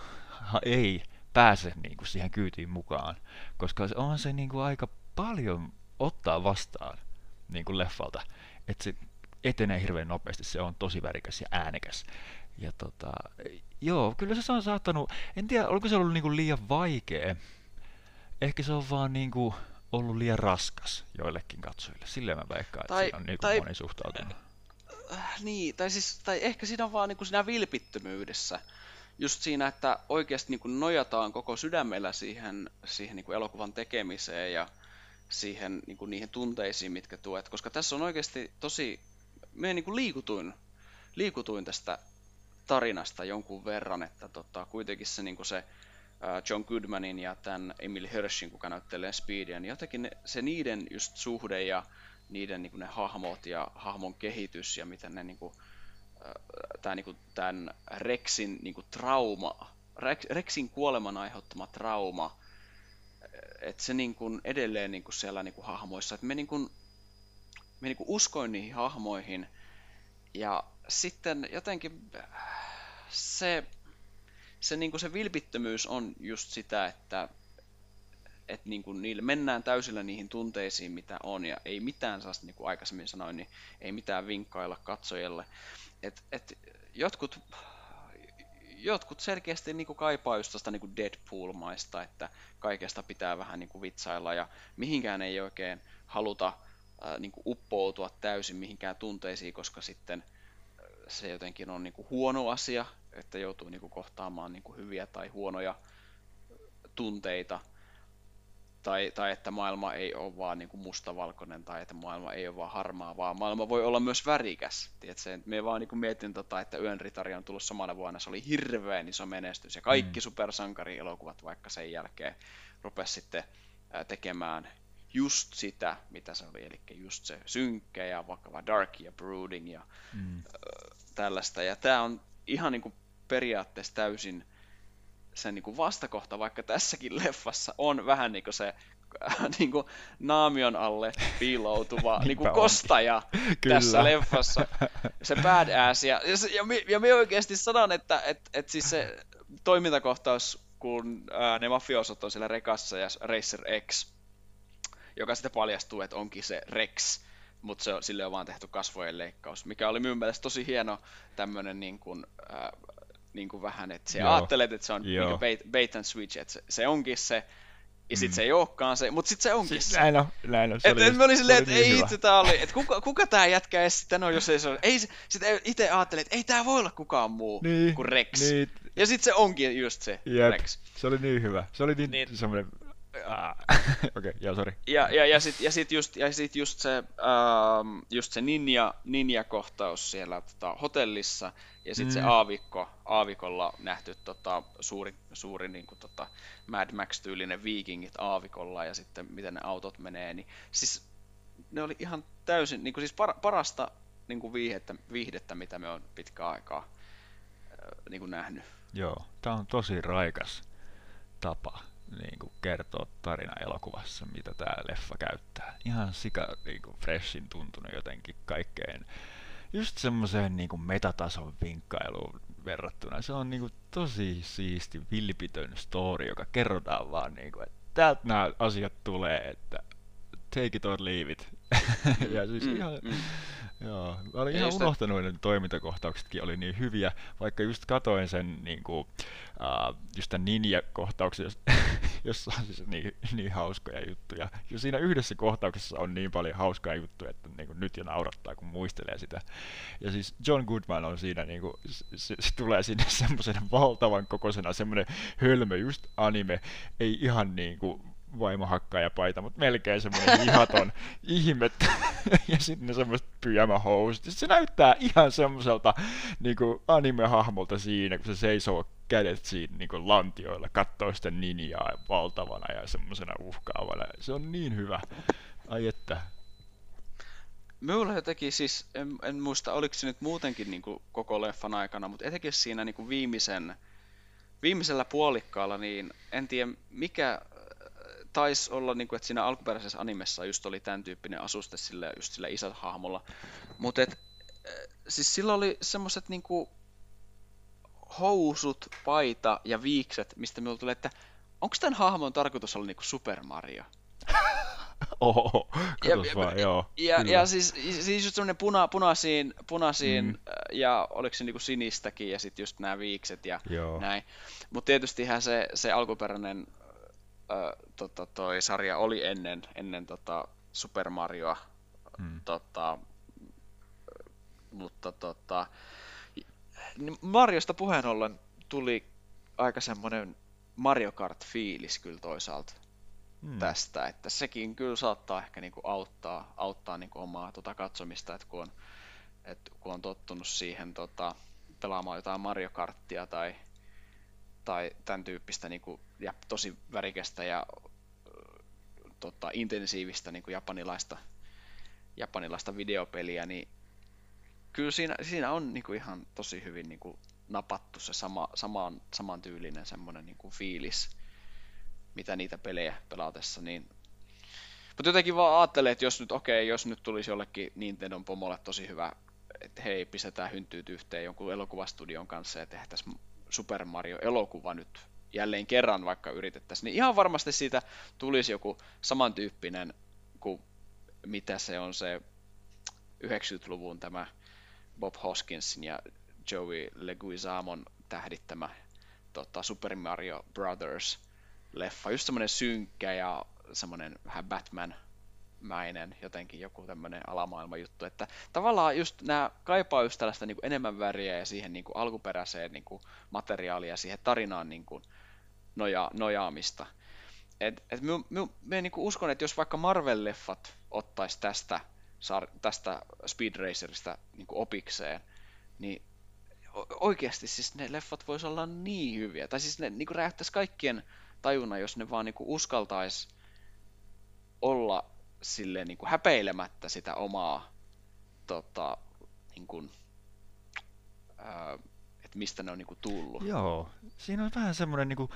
ei pääse niinku siihen kyytiin mukaan, koska on se niinku aika paljon ottaa vastaan niinku leffalta. Että se etenee hirveän nopeasti, se on tosi värikäs ja äänekäs. Ja joo, kyllä se on saattanut, en tiedä, oliko se ollut niinku liian vaikea. Ehkä se on vaan niinku ollut liian raskas joillekin katsojille. Silleen mä veikkaan, että siinä on niinku moni suhtautunut. Niin, tai ehkä siinä on vaan niinku siinä vilpittömyydessä. Just siinä, että oikeasti niinku nojataan koko sydämellä siihen niinku elokuvan tekemiseen ja siihen niinku niihin tunteisiin, mitkä tuet, koska tässä on oikeasti me niinku liikutuin tästä tarinasta jonkun verran, että kuitenkin se niinku se John Goodmanin ja tämän Emily Hirschin, kuka näyttelee Speedia, niin jotenkin se niiden just suhde ja niiden niinku ne hahmot ja hahmon kehitys ja miten ne niinku tämän Rexin niinku trauma, Rexin kuoleman aiheuttama trauma, että se niinku edelleen niinku siellä niinku hahmoissa, että me niinku uskoin niihin hahmoihin ja sitten jotenkin se niinku se vilpittömyys on just sitä, että niinku niille mennään täysillä niihin tunteisiin, mitä on, ja ei mitään, niin kuin aikaisemmin sanoin, niin ei mitään vinkkailla katsojille. Et jotkut selkeästi niinku kaipaa just tästä niinku Deadpool-maista, että kaikesta pitää vähän niinku vitsailla, ja mihinkään ei oikein haluta niinku uppoutua täysin mihinkään tunteisiin, koska sitten se jotenkin on niinku huono asia, että joutuu niinku kohtaamaan niinku hyviä tai huonoja tunteita. Tai että maailma ei ole vaan niinku mustavalkoinen, tai että maailma ei ole vaan harmaa, vaan maailma voi olla myös värikäs. Tiedätkö? Me vaan niinku mietin, että Yön ritari on tullut samana vuonna, se oli hirveän iso menestys, ja kaikki supersankarielokuvat vaikka sen jälkeen rupesi sitten tekemään just sitä, mitä se oli, eli just se synkkä ja vakava dark ja brooding ja tällaista. Ja tämä on ihan niinku periaatteessa täysin se niinku vastakohta, vaikka tässäkin leffassa on vähän niinku se niinku naamion alle piiloutuva niinku kostaja tässä leffassa, se badass. Ja me oikeasti sanon, että siis se toimintakohtaus kun ne mafioosot on siellä rekassa ja Racer X, joka sitten paljastuu, että onkin se Rex, mutta sille on vaan tehty kasvojen leikkaus, mikä oli minun mielestä tosi hieno tämmöinen niin kuin vähän, että sä ajattelet, että se on niin bait and switch, että se onkin se, ja sit se ei olekaan se, mutta sit se onkin se. Näin on. Mä olin silleen, että ei itse tää oli, että kuka tää jätkä edes sitten on, jos ei se ole. Sitten itse ajattelin, että ei tää voi olla kukaan muu kuin Rex. Niin. Ja sit se onkin just se Rex. Se oli niin hyvä. Se oli niin semmoinen... Okei, sori. Ja sit just se ninja-kohtaus siellä hotellissa, ja sit se aavikolla nähty suuri niinku Mad Max-tyylinen viikingit aavikolla, ja sitten miten ne autot menee, niin siis ne oli ihan täysin, niinku siis parasta niinku viihdettä, mitä me on pitkään aikaa niinku nähnyt. Joo, tää on tosi raikas tapa niin kuin kertoo tarina elokuvassa, mitä tää leffa käyttää. Ihan sika niin kuin freshin tuntunut jotenkin kaikkeen. Just semmoiseen niin kuin metatason vinkkailuun verrattuna. Se on niin kuin tosi siisti, vilpitön story, joka kerrotaan vaan niin kuin, että täältä nämä asiat tulee, että take it or leave it. Ja siis joo, mä olin ihan unohtanut, että toimintakohtauksetkin oli niin hyviä, vaikka just katoin sen niinku, just tämän ninja-kohtauksen, jossa on siis niin hauskoja juttuja. Ja siinä yhdessä kohtauksessa on niin paljon hauskaa juttuja, että niinku nyt jo naurattaa, kun muistelee sitä. Ja siis John Goodman on siinä, niinku, se tulee sinne semmoisen valtavan kokoisena, semmoinen hölmö, just anime, ei ihan niinku vaimohakkaajapaita, mutta melkein semmoinen hihaton ihme. Ja sitten ne semmoiset pyjamahousut. Se näyttää ihan semmoiselta niinku anime-hahmolta siinä, kun se seisoo kädet siinä niinku lantioilla, kattoo sitä ninjaa valtavana ja semmoisena uhkaavana. Se on niin hyvä. Ai että. Minulla jotenkin siis, en muista oliko se nyt muutenkin niinku koko leffan aikana, mutta etenkin siinä niinku viimeisellä puolikkaalla, niin en tiedä mikä taisi olla, niin kuin, että siinä alkuperäisessä animessa just oli tämän tyyppinen asuste just sillä isähahmolla. Mutta siis sillä oli semmoiset niinku housut, paita ja viikset, mistä minulla tuli, että onko tämän hahmon tarkoitus olla niinku Super Mario? Oho, katos vaan, joo. Ja siis just semmoinen punaisiin ja oliko se niinku sinistäkin ja sitten just nämä viikset ja näin. Mutta tietystihän se alkuperäinen toi sarja oli ennen Super Marioa, mutta Mariosta puheen ollen tuli aika semmoinen Mario Kart-fiilis kyllä toisaalta tästä, että sekin kyllä saattaa ehkä niinku auttaa niinku omaa katsomista, että kun on tottunut siihen pelaamaan jotain Mario Karttia tai tämän tyyppistä niinku, ja tosi värikästä ja intensiivistä niinku japanilaista videopeliä, niin kyllä siinä on niinku ihan tosi hyvin niinku napattu se samantyylinen semmoinen niinku fiilis, mitä niitä pelejä pelaatessa. Niin. Mutta jotenkin vaan ajattelee, että jos nyt tulisi jollekin Nintendon pomolle tosi hyvä, että hei, pistetään hynttyyt yhteen jonkun elokuvastudion kanssa ja tehtäisiin Super Mario-elokuva nyt jälleen kerran vaikka yritettäisiin, niin ihan varmasti siitä tulisi joku samantyyppinen kuin mitä se on se 90-luvun tämä Bob Hoskinsin ja Joey Leguizamon tähdittämä Super Mario Brothers-leffa. Just semmoinen synkkä ja semmoinen vähän Batman-mäinen, jotenkin joku tämmöinen alamaailmajuttu, että tavallaan just nämä kaipaa just tällaista niin kuin enemmän väriä ja siihen niin kuin alkuperäiseen niin kuin materiaaliin ja siihen tarinaan niin kuin nojaamista. Mä niin kuin uskon, että jos vaikka Marvel-leffat ottaisi tästä Speed Racerista niin kuin opikseen, niin oikeasti siis ne leffat vois olla niin hyviä. Tai siis ne niin kuin räjähtäisi kaikkien tajunnan, jos ne vaan niin kuin uskaltaisi olla silleen niin kuin häpeilemättä sitä omaa niin kuin, että mistä ne on niin kuin tullut. Joo, siinä on vähän semmoinen niinku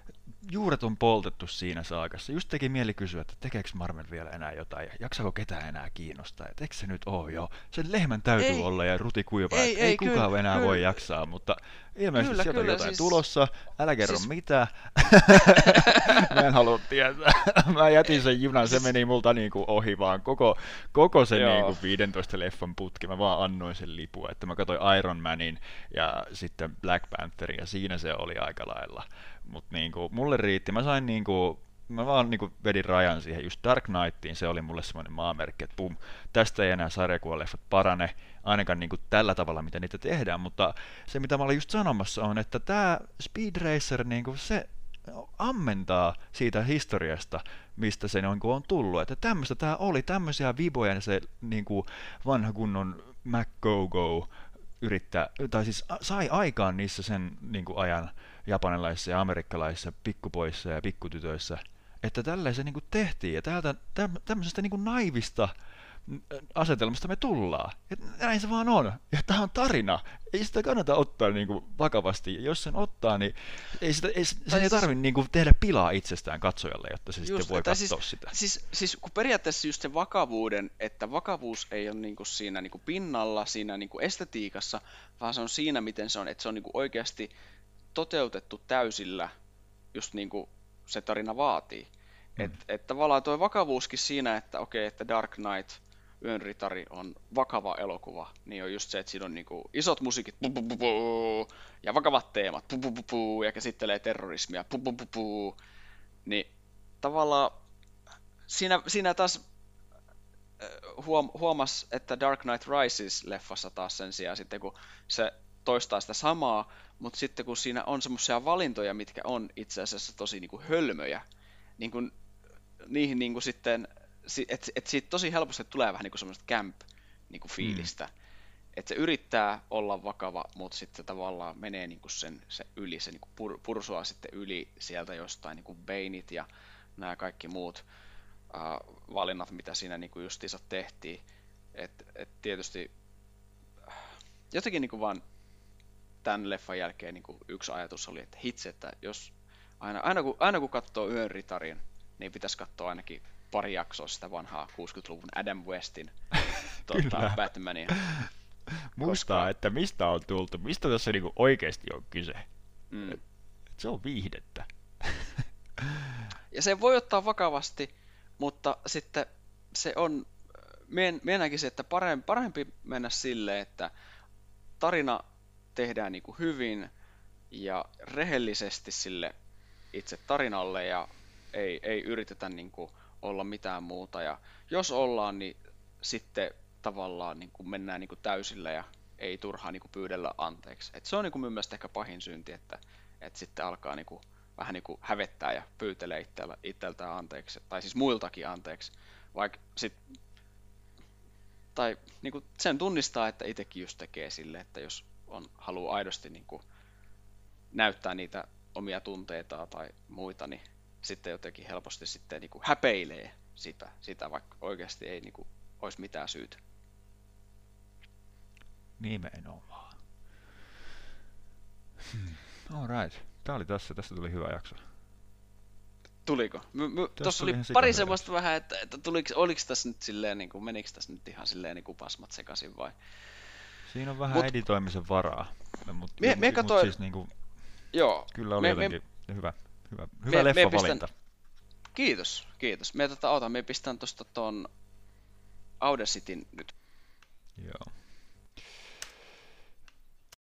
juuret on poltettu siinä saakassa. Just teki mieli kysyä, että tekeekö Marvel vielä enää jotain ja jaksaako ketään enää kiinnostaa. Et eikö se nyt ole jo? Sen lehmän täytyy Ei, olla ja ruti kuiva. Ei kyllä, kukaan enää voi kyllä, jaksaa, mutta ilmeisesti kyllä, sieltä on kyllä, jotain tulossa. Älä kerro siis, mitä. Mä en halua tietää. Mä jätin sen junan, se siis, meni multa niinku ohi vaan koko se joo, niinku 15 leffan putki. Mä vaan annoin sen lipua, että mä katsoin Iron Manin ja sitten Black Pantherin ja siinä se oli aika lailla. Mutta niinku, mulle riitti, mä vaan niinku vedin rajan siihen, just Dark Knightiin, se oli mulle semmoinen maamerkki, että pum, tästä ei enää sarjakuvaleffat parane, ainakaan niinku tällä tavalla, mitä niitä tehdään, mutta se mitä mä olin just sanomassa on, että tämä Speed Racer, niinku, se ammentaa siitä historiasta, mistä se niinku on tullut, että tämmöistä tämä oli, tämmöisiä viboja, ja se niinku, vanha kunnon McGo-Go yrittää, tai siis sai aikaan niissä sen niinku, ajan japanilaisissa ja amerikkalaisissa pikkupoissa ja pikkutytöissä, että tälleen se niinku tehtiin ja tämmöisestä niinku naivista asetelmasta me tullaan. Et näin se vaan on. Ja tämä on tarina. Ei sitä kannata ottaa niinku vakavasti. Ja jos sen ottaa, niin sen ei tarvitse niinku tehdä pilaa itsestään katsojalle, jotta se sitten voi katsoa sitä. Siis kun periaatteessa just se vakavuuden, että vakavuus ei ole niinku siinä niinku pinnalla, siinä niinku estetiikassa, vaan se on siinä, miten se on, että se on niinku oikeasti toteutettu täysillä, just niin kuin se tarina vaatii. Et tavallaan tuo vakavuuskin siinä, että okei, että Dark Knight, Yön ritari on vakava elokuva, niin on just se, että siinä on niinku isot musiikit, ja vakavat teemat, ja käsittelee terrorismia, niin tavallaan siinä taas huomas, että Dark Knight Rises-leffassa taas sen sijaan sitten, kun se toistaa sitä samaa, mutta sitten kun siinä on semmoisia valintoja, mitkä on itse asiassa tosi niinku hölmöjä, niin kun, niihin niinku sitten, että siitä tosi helposti tulee vähän niinku semmoista camp niinku fiilistä. Että se yrittää olla vakava, mutta sitten tavallaan menee niinku se yli, se niinku pursuaa sitten yli sieltä jostain niinku Baneit ja nämä kaikki muut valinnat, mitä siinä niinku justiinsa tehtiin. Et tietysti jotenkin niinku vaan tämän leffan jälkeen niinku yksi ajatus oli, että hitse, että jos aina kun katsoo Yön ritarin, niin pitäisi katsoa ainakin pari jaksoa sitä vanhaa 60-luvun Adam Westin Batmania. Muistaa, että mistä on tultu, mistä tässä niinku oikeasti on kyse. Se on viihdettä. Ja se voi ottaa vakavasti, mutta sitten se on, minä näkisin, että parempi mennä silleen, että tarina tehdään niinku hyvin ja rehellisesti sille itse tarinalle ja ei yritetä niinku olla mitään muuta. Ja jos ollaan, niin sitten tavallaan niinku mennään niinku täysillä ja ei turhaan niinku pyydellä anteeksi. Et se on niinku mun mielestä ehkä pahin synti, että sitten alkaa niinku vähän niinku hävettää ja pyytelee itseltään anteeksi, tai siis muiltakin anteeksi, vaikka tai niinku sen tunnistaa, että itsekin just tekee sille, että jos haluaa aidosti niinku näyttää niitä omia tunteita tai muita, niin sitten jotenkin helposti sitten niinku häpeilee sitä, vaikka oikeasti ei niinku olisi mitään syytä. Nimenomaan. Alright. Tää oli tästä tuli hyvä jakso. Tuliko? Tuossa oli pari semmoista vähän, että oliko tässä nyt silleen, niin kuin, menikö tässä nyt ihan silleen niin kuin pasmat sekaisin vai? Siinä on vähän editoimisen varaa. Mutta siis niinku, joo, kyllä oli jotenkin hyvä leffavalinta. Kiitos. Me pistän tuosta ton Audacityn nyt. Joo.